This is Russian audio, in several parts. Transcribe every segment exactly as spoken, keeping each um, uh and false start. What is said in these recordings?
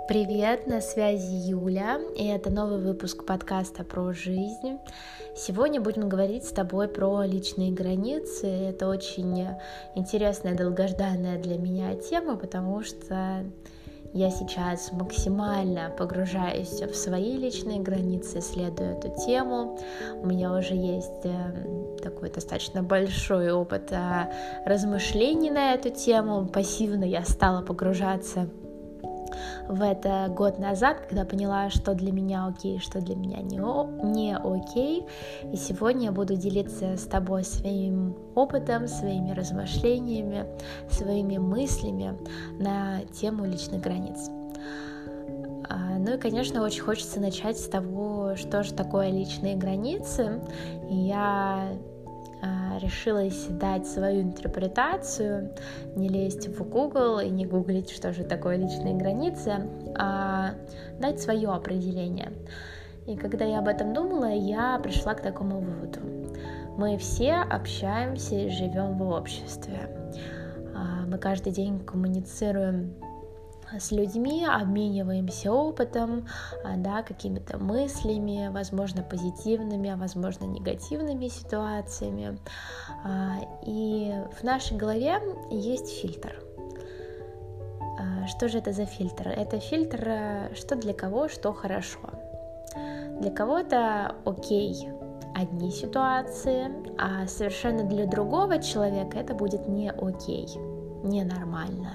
Привет, на связи Юля, и это новый выпуск подкаста про жизнь. Сегодня будем говорить с тобой про личные границы. Это очень интересная, долгожданная для меня тема, потому что я сейчас максимально погружаюсь в свои личные границы, исследую эту тему. У меня уже есть такой достаточно большой опыт размышлений на эту тему. Пассивно я стала погружаться в это год назад, когда поняла, что для меня окей, что для меня не, о, не окей. И сегодня я буду делиться с тобой своим опытом, своими размышлениями, своими мыслями на тему личных границ. Ну и, конечно, очень хочется начать с того, что же такое личные границы. И я решилась дать свою интерпретацию, не лезть в Google и не гуглить, что же такое личные границы, а дать свое определение. И когда я об этом думала, я пришла к такому выводу. Мы все общаемся и живем в обществе. Мы каждый день коммуницируем с людьми, обмениваемся опытом, да, какими-то мыслями, возможно, позитивными, а возможно, негативными ситуациями. И в нашей голове есть фильтр. Что же это за фильтр? Это фильтр, что для кого, что хорошо. Для кого-то окей одни ситуации, а совершенно для другого человека это будет не окей, ненормально.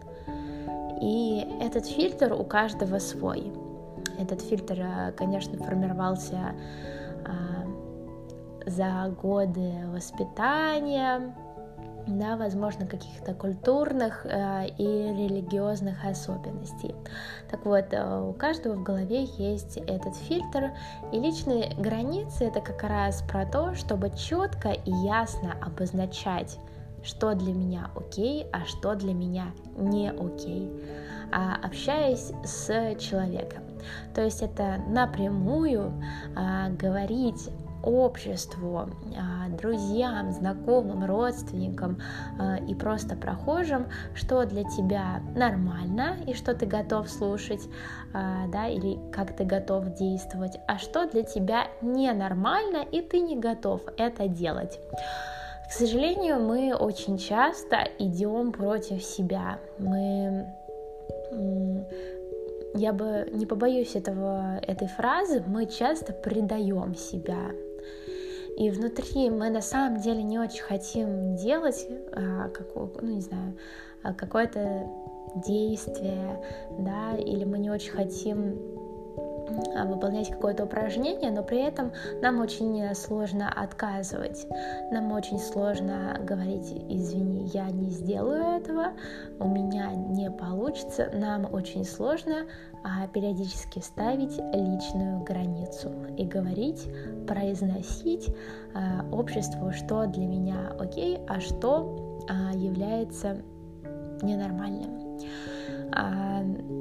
И этот фильтр у каждого свой. Этот фильтр, конечно, формировался а, за годы воспитания, да, возможно, каких-то культурных а, и религиозных особенностей. Так вот, у каждого в голове есть этот фильтр, и личные границы — это как раз про то, чтобы четко и ясно обозначать, что для меня окей, а что для меня не окей, а, общаясь с человеком. То есть это напрямую а, говорить обществу, а, друзьям, знакомым, родственникам а, и просто прохожим, что для тебя нормально и что ты готов слушать, а, да, или как ты готов действовать, а что для тебя ненормально и ты не готов это делать. К сожалению, мы очень часто идем против себя. Мы, я бы не побоюсь этого, этой фразы, мы часто предаем себя. И внутри мы на самом деле не очень хотим делать а, какое, ну, не знаю, какое-то действие, да, или мы не очень хотим выполнять какое-то упражнение, но при этом нам очень сложно отказывать, нам очень сложно говорить: извини, я не сделаю этого, у меня не получится. Нам очень сложно а, периодически ставить личную границу и говорить, произносить а, обществу, что для меня окей, а что а, является ненормальным. А,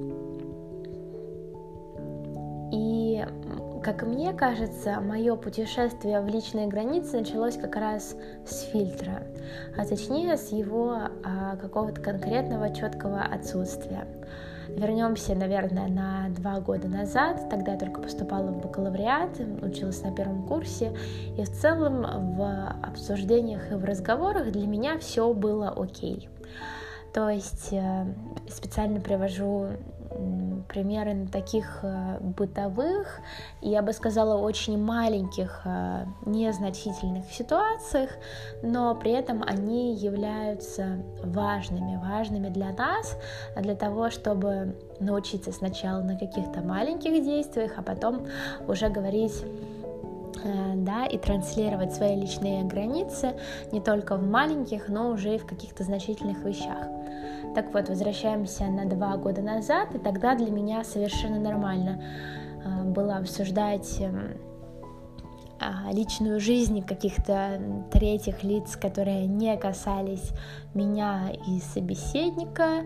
И, как мне кажется, мое путешествие в личные границы началось как раз с фильтра, а точнее с его а, какого-то конкретного четкого отсутствия. Вернемся, наверное, на два года назад. Тогда я только поступала в бакалавриат, училась на первом курсе, и в целом в обсуждениях и в разговорах для меня все было окей. То есть специально привожу примеры таких бытовых, я бы сказала, очень маленьких, незначительных ситуациях, но при этом они являются важными, важными для нас, для того, чтобы научиться сначала на каких-то маленьких действиях, а потом уже говорить, да, и транслировать свои личные границы не только в маленьких, но уже и в каких-то значительных вещах. Так вот, возвращаемся на два года назад, и тогда для меня совершенно нормально было обсуждать личную жизнь каких-то третьих лиц, которые не касались меня и собеседника,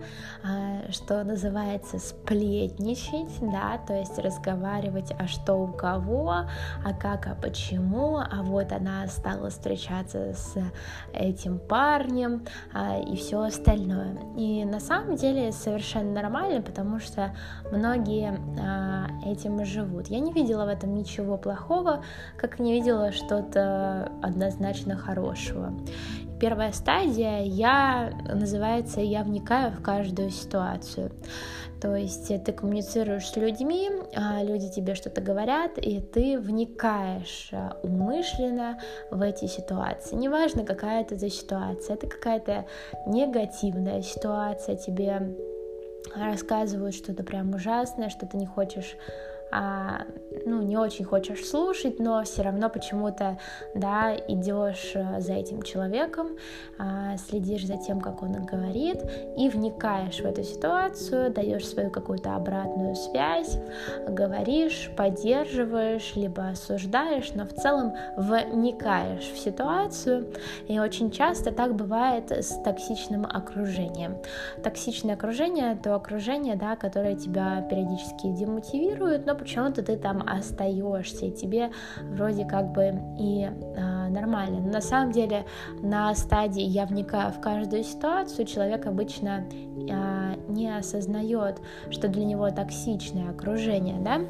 что называется сплетничать, да, то есть разговаривать, а что у кого, а как, а почему, а вот она стала встречаться с этим парнем и все остальное. И на самом деле совершенно нормально, потому что многие этим и живут. Я не видела в этом ничего плохого, как не видела что-то однозначно хорошего. Первая стадия я называется «я вникаю в каждую ситуацию». То есть ты коммуницируешь с людьми, люди тебе что-то говорят, и ты вникаешь умышленно в эти ситуации. Неважно, какая это за ситуация, это какая-то негативная ситуация, тебе рассказывают что-то прям ужасное, что ты не хочешь А, ну, не очень хочешь слушать, но все равно почему-то, да, идешь за этим человеком, а, следишь за тем, как он говорит, и вникаешь в эту ситуацию, даешь свою какую-то обратную связь, говоришь, поддерживаешь, либо осуждаешь, но в целом вникаешь в ситуацию, и очень часто так бывает с токсичным окружением. Токсичное окружение — то окружение, да, которое тебя периодически демотивирует, но почему-то ты там остаешься, и тебе вроде как бы и а, нормально. Но на самом деле на стадии «я вникаю в каждую ситуацию» человек обычно а, не осознает, что для него токсичное окружение, да,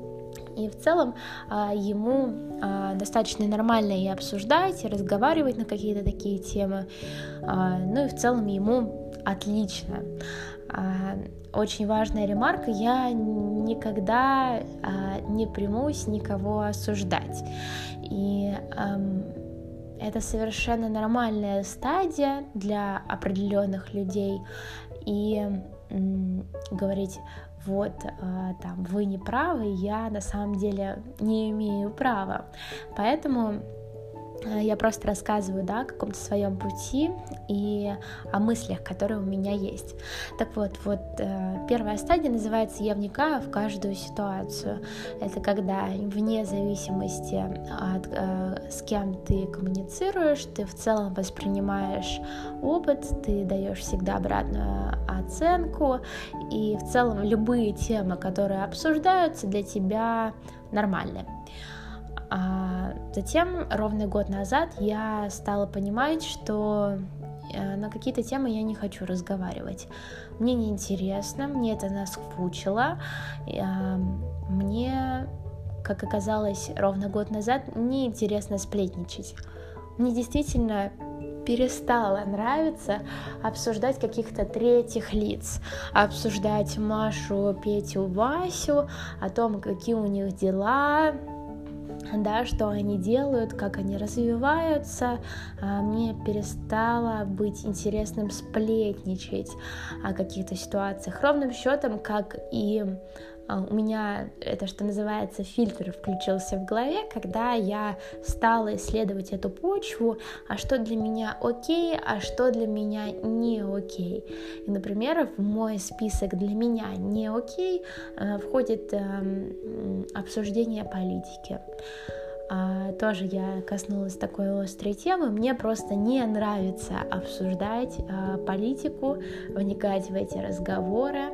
и в целом а, ему а, достаточно нормально и обсуждать, и разговаривать на какие-то такие темы, а, ну и в целом ему отлично. А, очень важная ремарка: я никогда а, не примусь никого осуждать. И эм, это совершенно нормальная стадия для определенных людей. И м, говорить: вот, э, там, вы не правы, я на самом деле не имею права. Поэтому я просто рассказываю, да, о каком-то своем пути и о мыслях, которые у меня есть. Так вот, вот э, первая стадия называется «я вникаю в каждую ситуацию». Это когда вне зависимости от э, с кем ты коммуницируешь, ты в целом воспринимаешь опыт, ты даешь всегда обратную оценку, и в целом любые темы, которые обсуждаются, для тебя нормальны. А затем, ровно год назад, я стала понимать, что на какие-то темы я не хочу разговаривать. Мне неинтересно, мне это наскучило. Мне, как оказалось, ровно год назад неинтересно сплетничать. Мне действительно перестало нравиться обсуждать каких-то третьих лиц, обсуждать Машу, Петю, Васю, о том, какие у них дела, да, что они делают, как они развиваются. Мне перестало быть интересным сплетничать о каких-то ситуациях. Ровным счетом, как и у меня это, что называется, фильтр включился в голове, когда я стала исследовать эту почву, а что для меня окей, а что для меня не окей. И, например, в мой список для меня не окей входит обсуждение политики. Тоже я коснулась такой острой темы. Мне просто не нравится обсуждать политику, вникать в эти разговоры,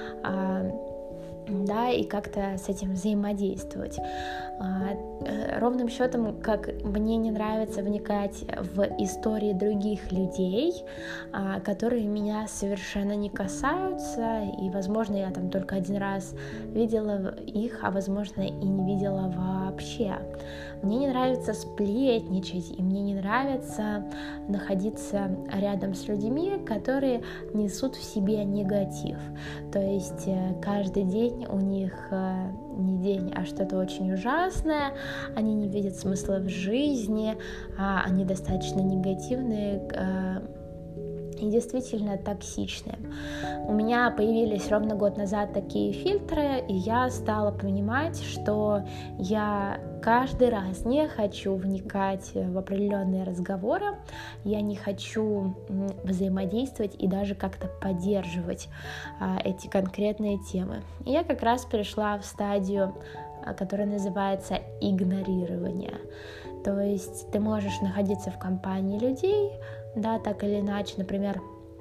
да, и как-то с этим взаимодействовать. Ровным счетом, как мне не нравится вникать в истории других людей, которые меня совершенно не касаются, и, возможно, я там только один раз видела их, а, возможно, и не видела вообще. Мне не нравится сплетничать, и мне не нравится находиться рядом с людьми, которые несут в себе негатив. То есть каждый день у них не день, а что-то очень ужасное, они не видят смысла в жизни, они достаточно негативные и действительно токсичные. У меня появились ровно год назад такие фильтры, и я стала понимать, что я каждый раз не хочу вникать в определенные разговоры, я не хочу взаимодействовать и даже как-то поддерживать а, эти конкретные темы. И я как раз перешла в стадию которая называется игнорирование. То есть ты можешь находиться в компании людей, да, так или иначе, например,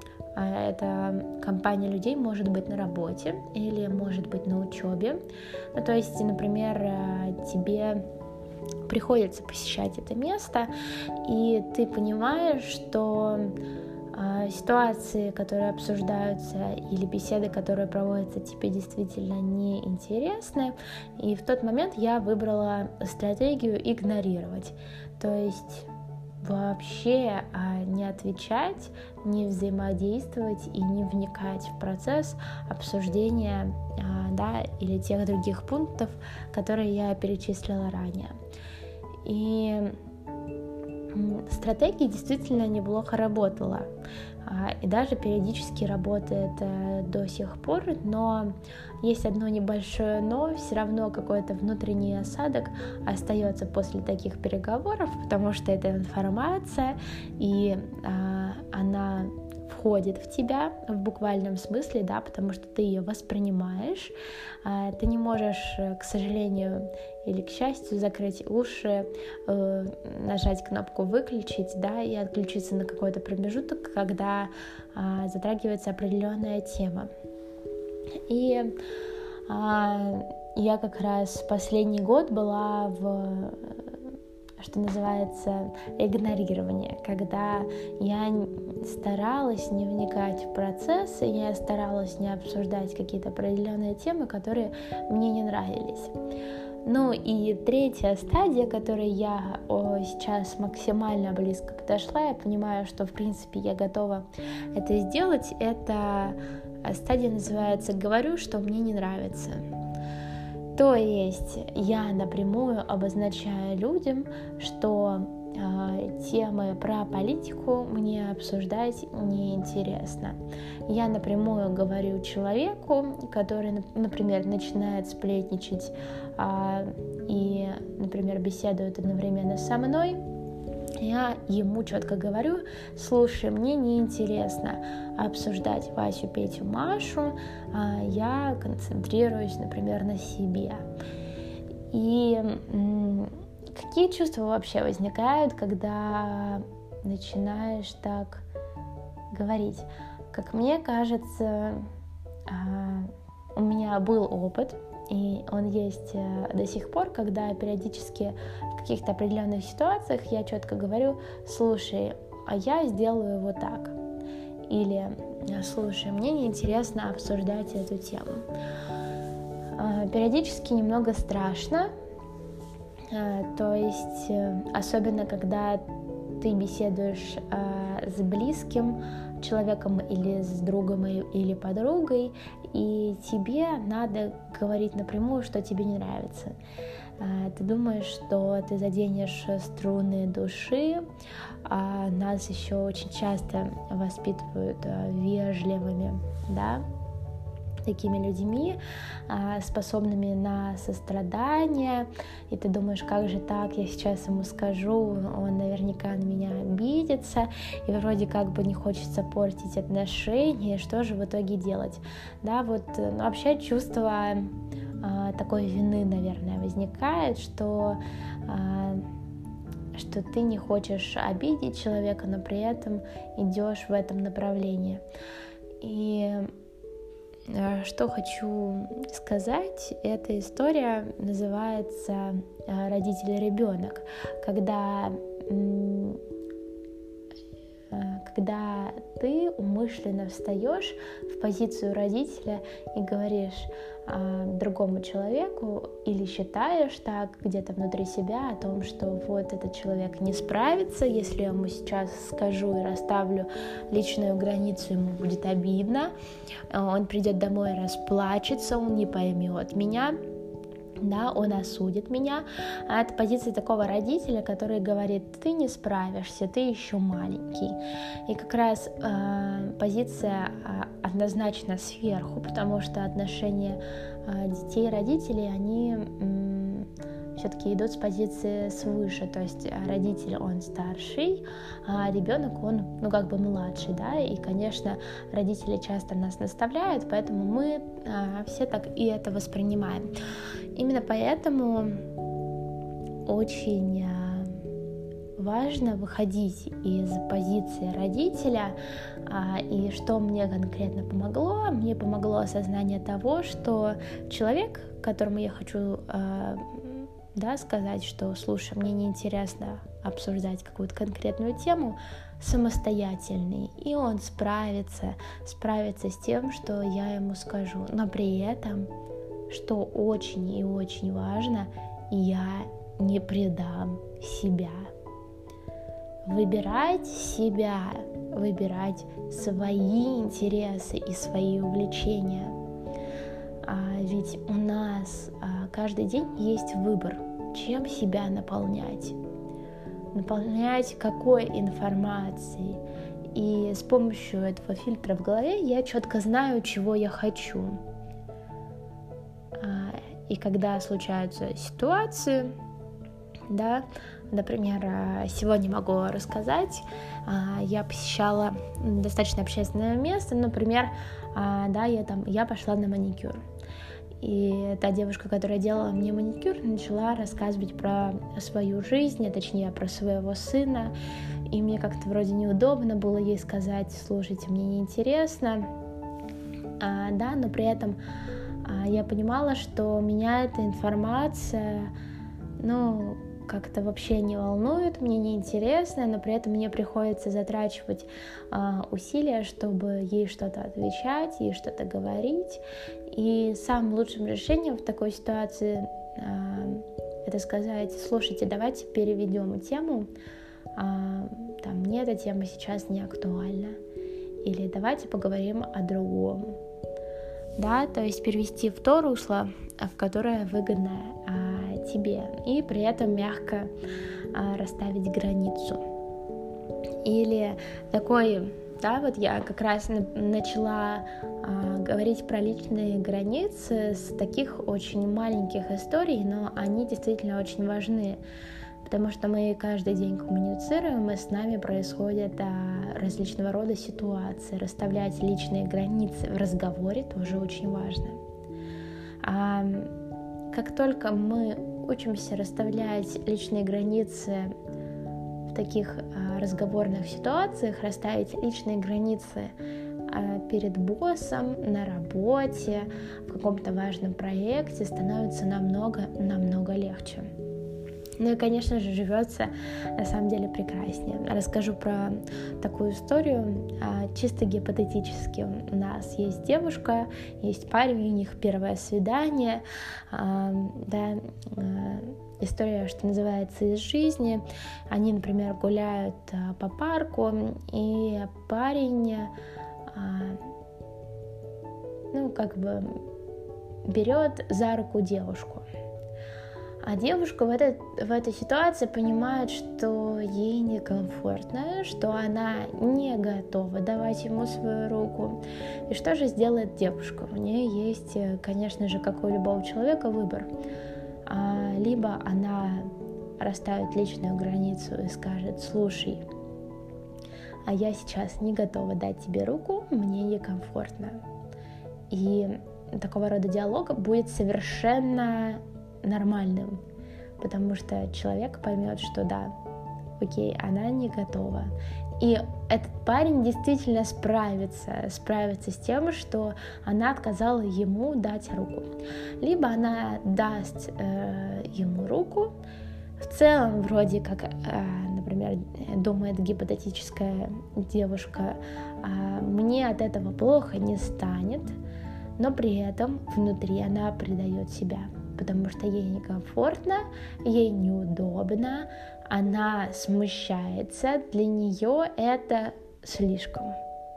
эта компания людей может быть на работе или может быть на учебе. Ну, то есть, например, тебе приходится посещать это место, и ты понимаешь, что э, ситуации, которые обсуждаются, или беседы, которые проводятся, тебе действительно неинтересны. И в тот момент я выбрала стратегию игнорировать. То есть вообще а, не отвечать, не взаимодействовать и не вникать в процесс обсуждения а, да, или тех других пунктов, которые я перечислила ранее. И стратегия действительно неплохо работала, а, и даже периодически работает а, до сих пор, но есть одно небольшое но, все равно какой-то внутренний осадок остается после таких переговоров, потому что это информация, и а, она входит в тебя в буквальном смысле, да, потому что ты ее воспринимаешь, а, ты не можешь, к сожалению или к счастью, закрыть уши, э, нажать кнопку «выключить», да, и отключиться на какой-то промежуток, когда а, затрагивается определенная тема. И а, я как раз последний год была в, что называется, игнорирование, когда я старалась не вникать в процесс, и я старалась не обсуждать какие-то определенные темы, которые мне не нравились. Ну и третья стадия, к которой я о, сейчас максимально близко подошла, я понимаю, что в принципе я готова это сделать, это стадия называется «говорю, что мне не нравится». То есть я напрямую обозначаю людям, что э, темы про политику мне обсуждать неинтересно. Я напрямую говорю человеку, который, например, начинает сплетничать э, и, например, беседует одновременно со мной, я ему четко говорю: слушай, мне неинтересно обсуждать Васю, Петю, Машу, я концентрируюсь, например, на себе. И какие чувства вообще возникают, когда начинаешь так говорить? Как мне кажется, у меня был опыт, и он есть до сих пор, когда периодически в каких-то определенных ситуациях я четко говорю: слушай, а я сделаю вот так. Или слушай, мне неинтересно обсуждать эту тему. Периодически немного страшно, то есть особенно когда ты беседуешь с близким человеком или с другом или подругой, и тебе надо говорить напрямую, что тебе не нравится. Ты думаешь, что ты заденешь струны души, а нас еще очень часто воспитывают вежливыми, да, такими людьми, способными на сострадание, и ты думаешь, как же так, я сейчас ему скажу, он наверняка на меня обидится, и вроде как бы не хочется портить отношения, что же в итоге делать? Да, вот, ну, вообще чувство а, такой вины, наверное, возникает, что, а, что ты не хочешь обидеть человека, но при этом идешь в этом направлении. И что хочу сказать, эта история называется «Родитель-ребенок», когда, когда ты умышленно встаешь в позицию родителя и говоришь другому человеку или считаешь так где-то внутри себя о том, что вот этот человек не справится, если я ему сейчас скажу и расставлю личную границу, ему будет обидно, он придет домой и расплачется, он не поймет меня, да, он осудит меня. А это позиция такого родителя, который говорит: ты не справишься, ты еще маленький. И как раз э, позиция э, однозначно сверху, потому что отношения э, детей и родителей, они э, все-таки идут с позиции свыше, то есть родитель, он старший, а ребенок, он, ну, как бы младший, да, и, конечно, родители часто нас наставляют, поэтому мы а, все так и это воспринимаем. Именно поэтому очень важно выходить из позиции родителя, и что мне конкретно помогло? Мне помогло осознание того, что человек, которому я хочу, да, сказать, что, слушай, мне неинтересно обсуждать какую-то конкретную тему, самостоятельный, и он справится, справится с тем, что я ему скажу, но при этом, что очень и очень важно, я не предам себя. Выбирать себя, выбирать свои интересы и свои увлечения. А ведь у нас а, каждый день есть выбор, чем себя наполнять. Наполнять какой информацией. И с помощью этого фильтра в голове я четко знаю, чего я хочу. А, и когда случаются ситуации, да, например, сегодня могу рассказать, я посещала достаточно общественное место, например, да, я там, я пошла на маникюр, и та девушка, которая делала мне маникюр, начала рассказывать про свою жизнь, а точнее про своего сына, и мне как-то вроде неудобно было ей сказать, слушайте, мне неинтересно, да, но при этом я понимала, что меня эта информация, ну, как-то вообще не волнует, мне неинтересно, но при этом мне приходится затрачивать а, усилия, чтобы ей что-то отвечать, ей что-то говорить. И самым лучшим решением в такой ситуации а, это сказать, слушайте, давайте переведем тему, а, там, мне эта тема сейчас не актуальна, или давайте поговорим о другом. Да, то есть перевести в то русло, в которое выгодно а, тебе, и при этом мягко а, расставить границу. Или такой, да, вот я как раз на, начала а, говорить про личные границы с таких очень маленьких историй, но они действительно очень важны, потому что мы каждый день коммуницируем, и с нами происходят а, различного рода ситуации. Расставлять личные границы в разговоре тоже очень важно. А, как только мы учимся расставлять личные границы в таких а, разговорных ситуациях, расставить личные границы а, перед боссом, на работе, в каком-то важном проекте, становится намного-намного легче. Ну и, конечно же, живется на самом деле прекраснее. Расскажу про такую историю, чисто гипотетически. У нас есть девушка, есть парень, у них первое свидание, да, история, что называется, из жизни. Они, например, гуляют по парку, и парень, ну, как бы берет за руку девушку. А девушка в, этой, в этой ситуации понимает, что ей некомфортно, что она не готова давать ему свою руку. И что же сделает девушка? У нее есть, конечно же, как у любого человека, выбор. А, либо она расставит личную границу и скажет, слушай, а я сейчас не готова дать тебе руку, мне некомфортно. И такого рода диалог будет совершенно нормальным, потому что человек поймет, что да, окей, она не готова. И этот парень действительно справится, справится с тем, что она отказала ему дать руку. Либо она даст э, ему руку, в целом вроде как, э, например, думает гипотетическая девушка, э, мне от этого плохо не станет, но при этом внутри она предает себя, потому что ей некомфортно, ей неудобно, она смущается, для нее это слишком.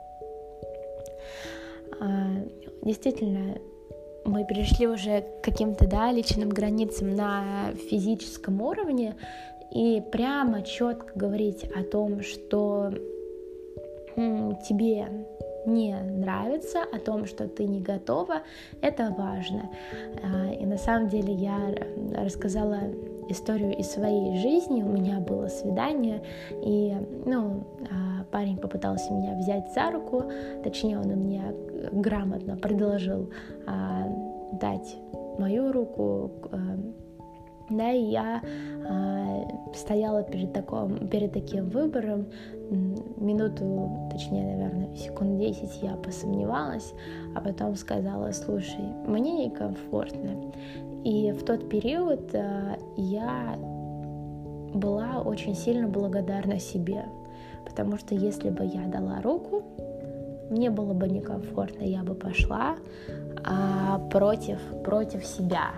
Действительно, мы перешли уже к каким-то, да, личным границам на физическом уровне, и прямо четко говорить о том, что м, тебе не нравится, о том, что ты не готова, это важно. И на самом деле я рассказала историю из своей жизни. У меня было свидание, и, ну, парень попытался меня взять за руку, точнее, он мне грамотно предложил дать мою руку, да, и я стояла перед, таком, перед таким выбором. Минуту, точнее, наверное, секунд десять я посомневалась, а потом сказала: слушай, мне некомфортно. И в тот период я была очень сильно благодарна себе, потому что если бы я дала руку, мне было бы некомфортно, я бы пошла а, против, против себя.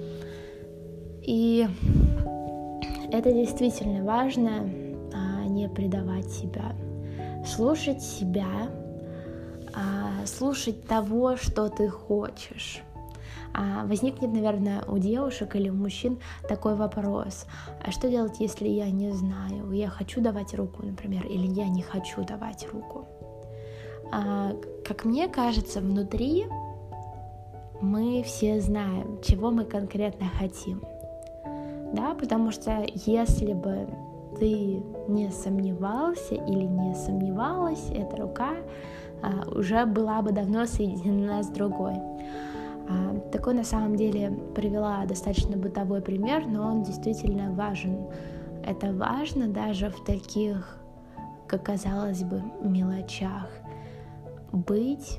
И это действительно важно, а, не предавать себя, слушать себя, а, слушать того, что ты хочешь. А, возникнет, наверное, у девушек или у мужчин такой вопрос: а что делать, если я не знаю, я хочу давать руку, например, или я не хочу давать руку? А, как мне кажется, внутри мы все знаем, чего мы конкретно хотим. Да, потому что если бы ты не сомневался или не сомневалась, эта рука а, уже была бы давно соединена с другой. А, такой на самом деле привела достаточно бытовой пример, но он действительно важен. Это важно даже в таких, как казалось бы, мелочах. Быть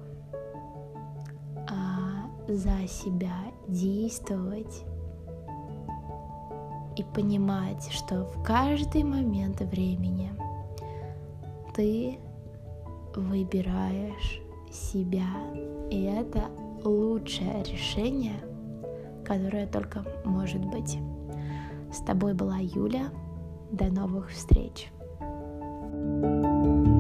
а, за себя, действовать и понимать, что в каждый момент времени ты выбираешь себя. И это лучшее решение, которое только может быть. С тобой была Юля. До новых встреч. thank you